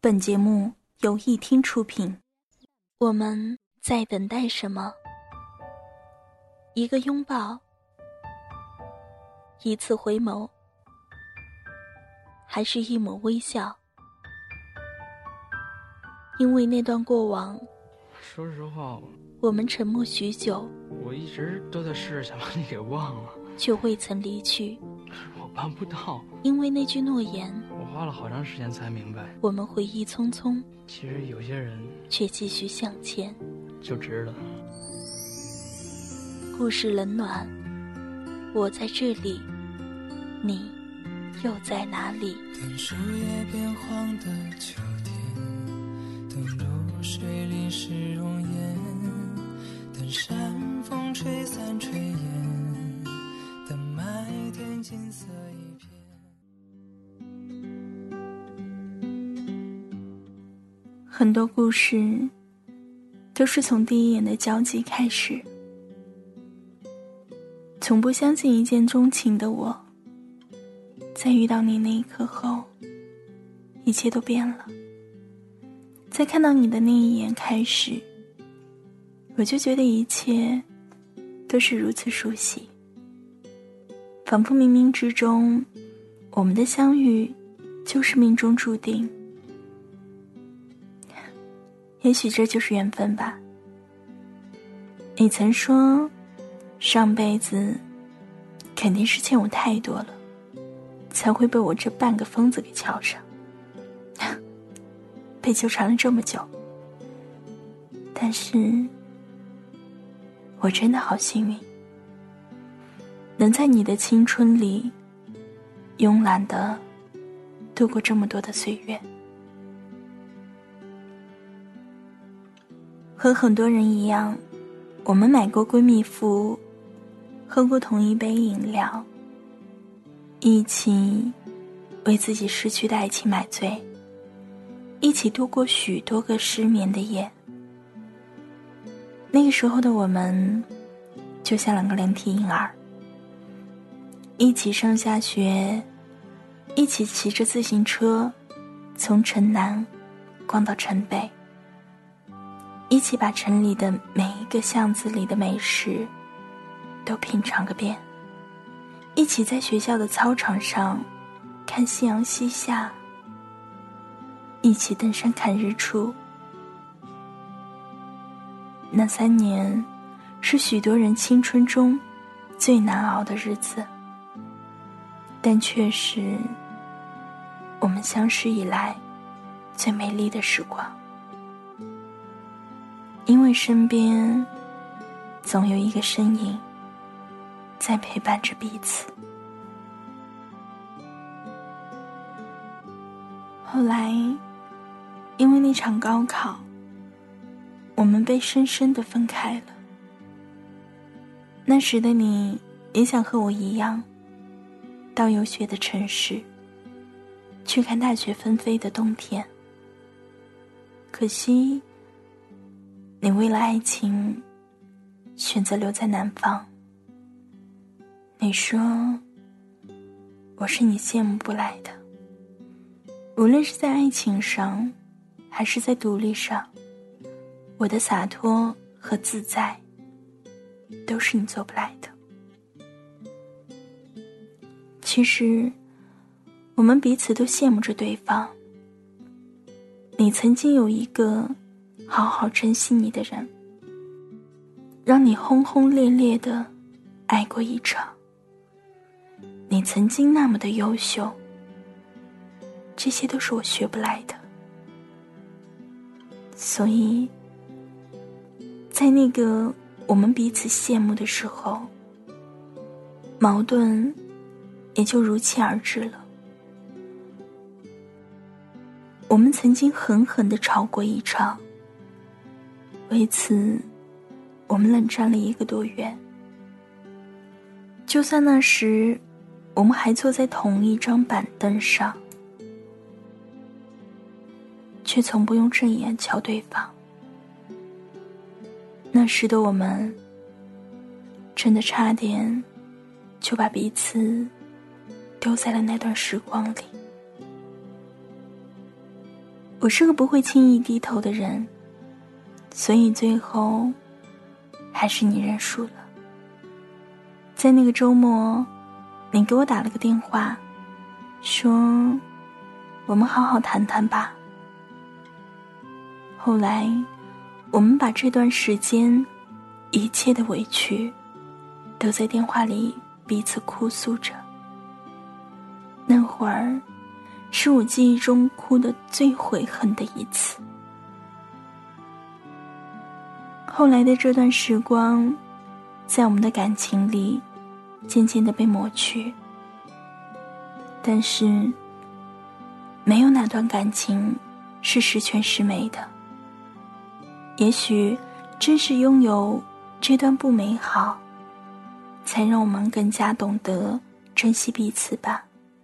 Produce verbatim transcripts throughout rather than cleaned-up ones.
本节目由一听出品。我们在等待什么？一个拥抱，一次回眸，还是一抹微笑？因为那段过往， 说实话， 我们沉默许久， 我一直都在试着想把你给忘了， 却未曾离去。 我办不到。 因为那句诺言， 我花了好长时间才明白， 我们回忆匆匆， 其实有些人却继续向前， 就值得。 故事冷暖，我在这里，你又在哪里？ 等树叶变黄的秋天，等露水淋湿容颜，等山风吹散炊烟，等麦田金色一片。 很多故事都是从第一眼的交集开始。从不相信一见钟情的我，在遇到你那一刻后，一切都变了。在看到你的那一眼开始，我就觉得一切都是如此熟悉，仿佛冥冥之中，我们的相遇就是命中注定。也许这就是缘分吧。你曾说，上辈子肯定是欠我太多了，才会被我这半个疯子给瞧上。被纠缠了这么久，但是我真的好幸运，能在你的青春里慵懒地度过这么多的岁月。和很多人一样，我们买过闺蜜服，喝过同一杯饮料，一起为自己失去的爱情买醉，一起度过许多个失眠的夜。那个时候的我们就像两个连体婴儿，一起上下学，一起骑着自行车从城南逛到城北，一起把城里的每一个巷子里的美食都品尝个遍，一起在学校的操场上看夕阳西下，一起登山看日出。那三年是许多人青春中最难熬的日子，但却是我们相识以来最美丽的时光。因为身边总有一个身影在陪伴着彼此。后来因为那场高考，我们被深深地分开了。那时的你也想和我一样到有雪的城市去看大雪纷飞的冬天，可惜你为了爱情选择留在南方。你说我是你羡慕不来的，无论是在爱情上还是在独立上，我的洒脱和自在都是你做不来的。其实我们彼此都羡慕着对方。你曾经有一个好好珍惜你的人，让你轰轰烈烈地爱过一场。你曾经那么的优秀，这些都是我学不来的。所以在那个我们彼此羡慕的时候，矛盾也就如期而至了。我们曾经狠狠地吵过一场，为此我们冷战了一个多月。就算那时我们还坐在同一张板凳上，却从不用正眼瞧对方。那时的我们真的差点就把彼此丢在了那段时光里。 我是个不会轻易低头的人，所以最后还是你认输了。在那个周末，你给我打了个电话，说我们好好谈谈吧。后来我们把这段时间一切的委屈都在电话里彼此哭诉着。那会儿是我记忆中哭得最悔恨的一次。后来的这段时光，在我们的感情里渐渐地被抹去，但是没有哪段感情是十全十美的。也许正是拥有这段不美好，才让我们更加懂得珍惜彼此吧。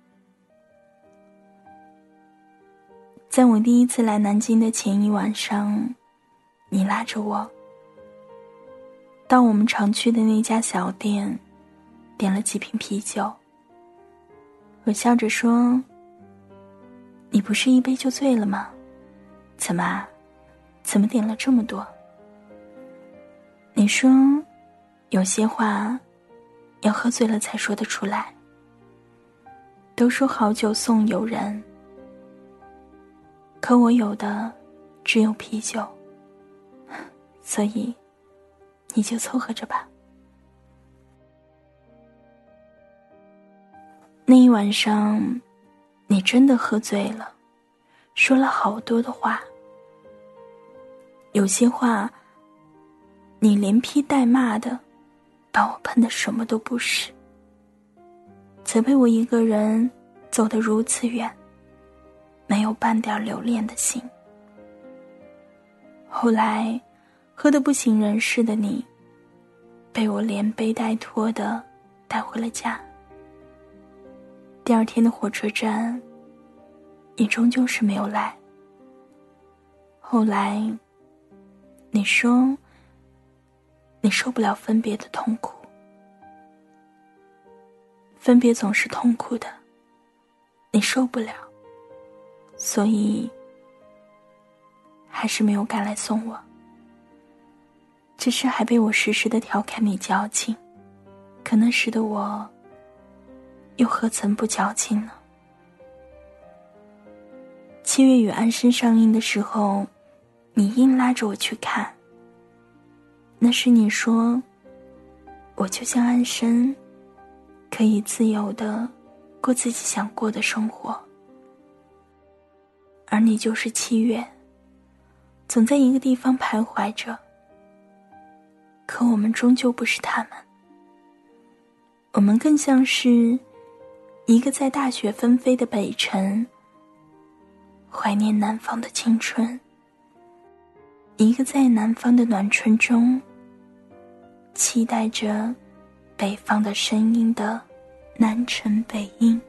在我第一次来南京的前一晚上，你拉着我到我们常去的那家小店，点了几瓶啤酒。我笑着说，你不是一杯就醉了吗？怎么怎么点了这么多？你说有些话要喝醉了才说得出来。都说好酒送友人，可我有的只有啤酒，所以你就凑合着吧。那一晚上，你真的喝醉了，说了好多的话。有些话，你连批带骂的，把我喷得什么都不是，责备我一个人走得如此远，没有半点留恋的心。后来喝得不省人事的你，被我连背带拖的带回了家。第二天的火车站，你终究是没有来。后来你说你受不了分别的痛苦，分别总是痛苦的，你受不了，所以还是没有赶来送我。只是还被我时时的调侃你矫情，可那时的我又何曾不矫情呢？七月与安生上映的时候，你硬拉着我去看。那时你说，我就像安生，可以自由地过自己想过的生活，而你就是七月，总在一个地方徘徊着。可我们终究不是他们，我们更像是一个在大雪纷飞的北城，怀念南方的青春，一个在南方的暖春中，期待着北方的声音的南城北音。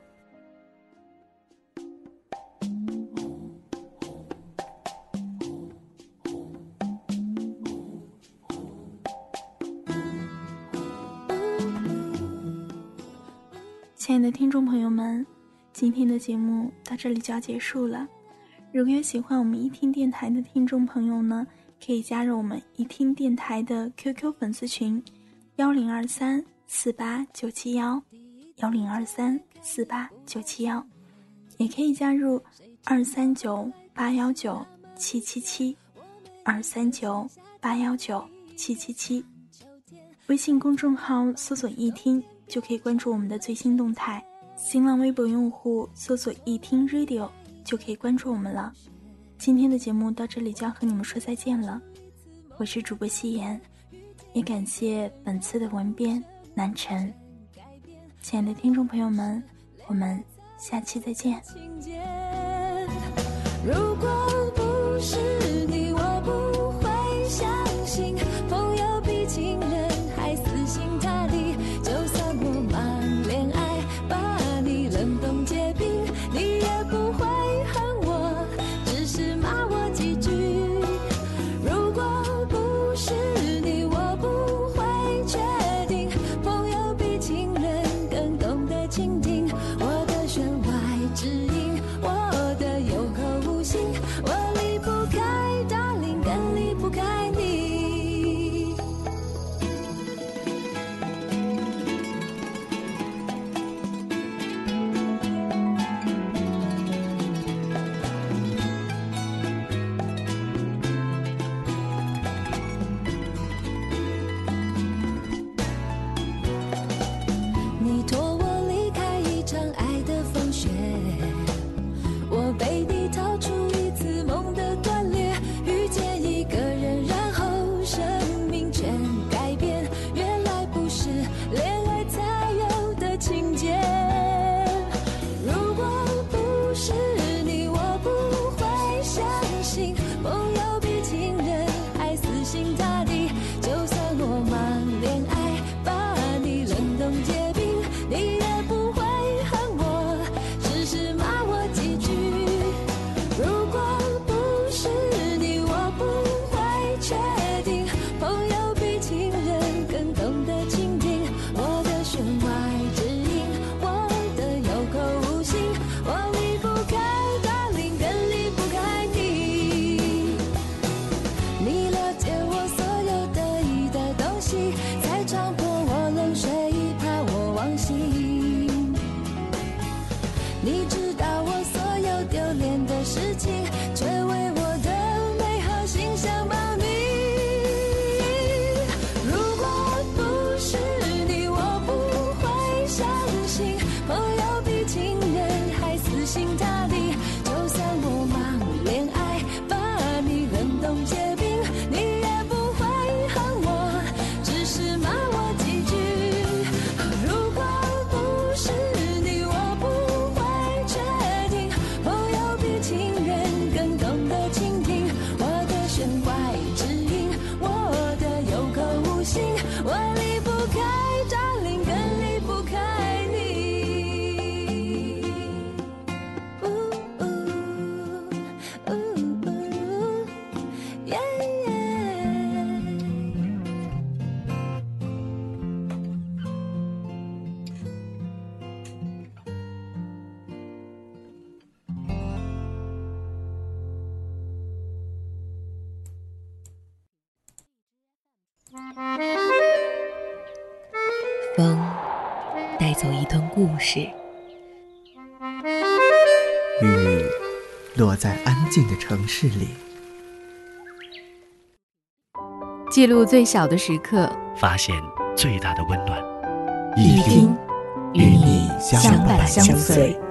亲爱的听众朋友们，今天的节目到这里就要结束了。如果有喜欢我们一听电台的听众朋友呢，可以加入我们一听电台的 Q Q 粉丝群幺零二三四八九七幺幺零二三四八九七幺，也可以加入二三九八幺九七七七二三九八幺九七七七。微信公众号搜索一听就可以关注我们的最新动态，新浪微博用户搜索一听 radio 就可以关注我们了。今天的节目到这里就要和你们说再见了，我是主播夕颜，也感谢本次的文编南辰。亲爱的听众朋友们，我们下期再见。 如果不是你，我不会相信朋友比情人还死心塌地，就算我满恋爱把你冷冻结冰，你也不会恨我，只是骂我几句。如果不是你，我不会确定朋友比情人更懂得倾听我的弦外之音，我风带走一段故事， 雨落在安静的城市里， 记录最小的时刻， 发现最大的温暖。 一听与你相伴相随。